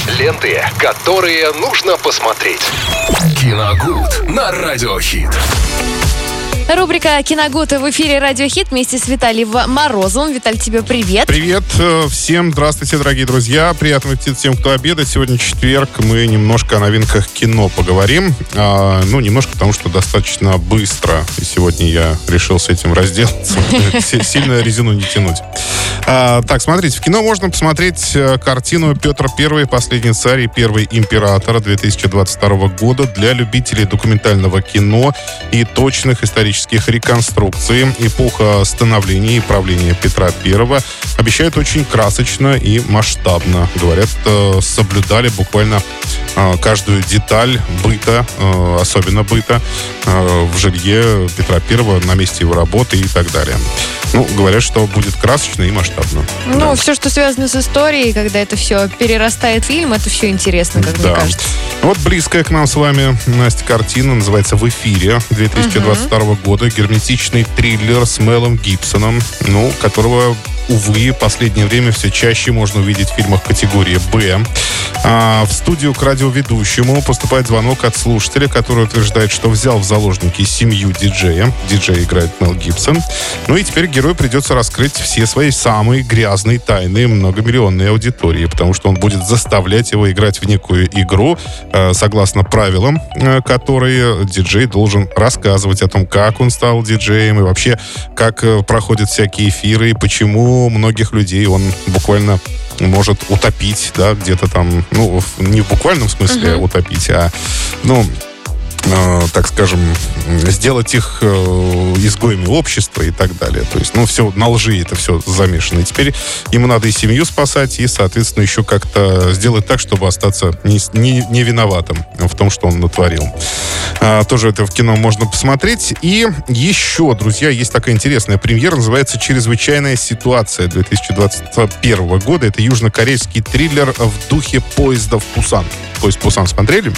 Ленты, которые нужно посмотреть. Киногуд на Радиохит. Рубрика «Киногуд» в эфире «Радио Хит» вместе с Виталием Морозовым. Виталий, тебе привет. Привет всем, здравствуйте, дорогие друзья. Приятного аппетита всем, кто обедает. Сегодня четверг, мы немножко о новинках кино поговорим. Немножко, потому что достаточно быстро. И сегодня я решил с этим разделаться. Сильно резину не тянуть. Так, смотрите, в кино можно посмотреть картину «Петр I. Последний царь и первый император» 2022 года для любителей документального кино и точных исторических реконструкций. Эпоха становления и правления Петра I обещает очень красочно и масштабно. Говорят, соблюдали буквально каждую деталь быта, особенно быта, в жилье Петра I, на месте его работы и так далее. Говорят, что будет красочно и масштабно. Все, что связано с историей, когда это все перерастает в фильм, это все интересно, как мне кажется. Вот близкая к нам с вами, Настя, картина, называется «В эфире» 2022 года. Герметичный триллер с Мелом Гибсоном, которого, увы, в последнее время все чаще можно увидеть в фильмах категории «Б». В студию к радиоведущему поступает звонок от слушателя, который утверждает, что взял в заложники семью диджея. Диджей играет Мел Гибсон. И теперь герою придется раскрыть все свои самые грязные тайны многомиллионной аудитории, потому что он будет заставлять его играть в некую игру, согласно правилам, которые диджей должен рассказывать о том, как он стал диджеем и вообще, как проходят всякие эфиры, и почему многих людей он буквально может утопить, да, где-то там, не в буквальном смысле утопить, а, так скажем, сделать их изгоями общества и так далее. То есть, все на лжи это все замешано. И теперь ему надо и семью спасать, и, соответственно, еще как-то сделать так, чтобы остаться не виноватым в том, что он натворил. Тоже это в кино можно посмотреть. И еще, друзья, есть такая интересная премьера, называется «Чрезвычайная ситуация» 2021 года. Это южнокорейский триллер в духе поезда в Пусан. Поезд в Пусан смотрели?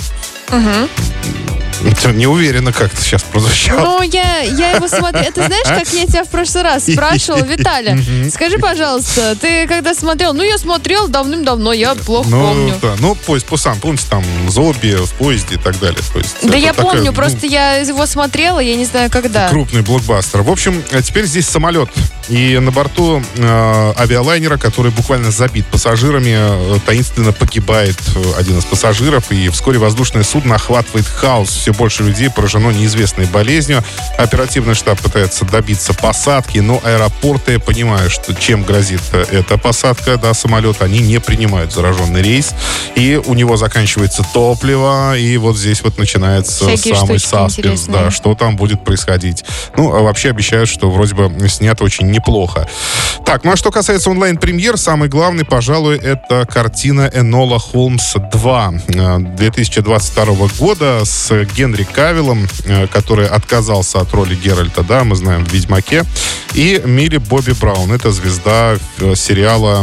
Не уверена, как это сейчас прозвучало. Я его смотрела. Это знаешь, как я тебя в прошлый раз спрашивала, Виталя, скажи, пожалуйста, ты когда смотрел? Я смотрел давным-давно, я плохо помню. Поезд Пусан, помните, там зомби в поезде и так далее. То есть, да я помню, просто я его смотрела, я не знаю когда. Крупный блокбастер. В общем, теперь здесь самолет. И на борту авиалайнера, который буквально забит пассажирами, таинственно погибает один из пассажиров, и вскоре воздушное судно охватывает хаос. Все больше людей поражено неизвестной болезнью. Оперативный штаб пытается добиться посадки, но аэропорты, понимая, что чем грозит эта посадка, самолета, они не принимают зараженный рейс. И у него заканчивается топливо, и вот здесь вот начинается всякие самый саспенс, что там будет происходить. А вообще обещают, что вроде бы снято очень неплохо. Так, а что касается онлайн-премьер, самый главный, пожалуй, это картина «Энола Холмс 2» 2022 года с Генри Кавиллом, который отказался от роли Геральта, мы знаем, в «Ведьмаке», и Милли Бобби Браун. Это звезда сериала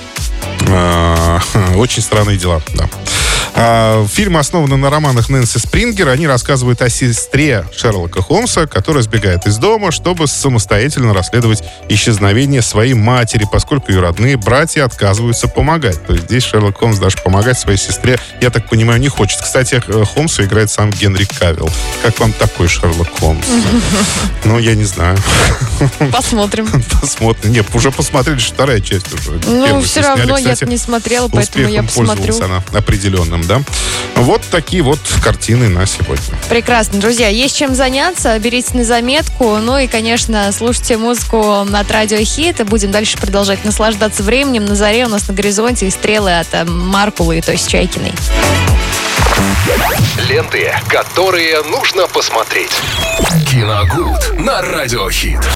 «Очень странные дела». Фильм основан на романах Нэнси Спрингер. Они рассказывают о сестре Шерлока Холмса, которая сбегает из дома, чтобы самостоятельно расследовать исчезновение своей матери, поскольку ее родные братья отказываются помогать. То есть здесь Шерлок Холмс даже помогать своей сестре, я так понимаю, не хочет. Кстати, Холмса играет сам Генри Кавилл. Как вам такой Шерлок Холмс? Я не знаю. Посмотрим. Нет, уже посмотрели, что вторая часть уже. Все равно я не смотрела, поэтому я посмотрю. Успехом пользовалась она определенным, да? Вот такие вот картины на сегодня. Прекрасно, друзья. Есть чем заняться, берите на заметку. И, конечно, слушайте музыку от Радио Хит. И будем дальше продолжать наслаждаться временем. На заре у нас на горизонте и стрелы от Маркулы, то есть Чайкиной. Ленты, которые нужно посмотреть. Киногуд на Радио Хит.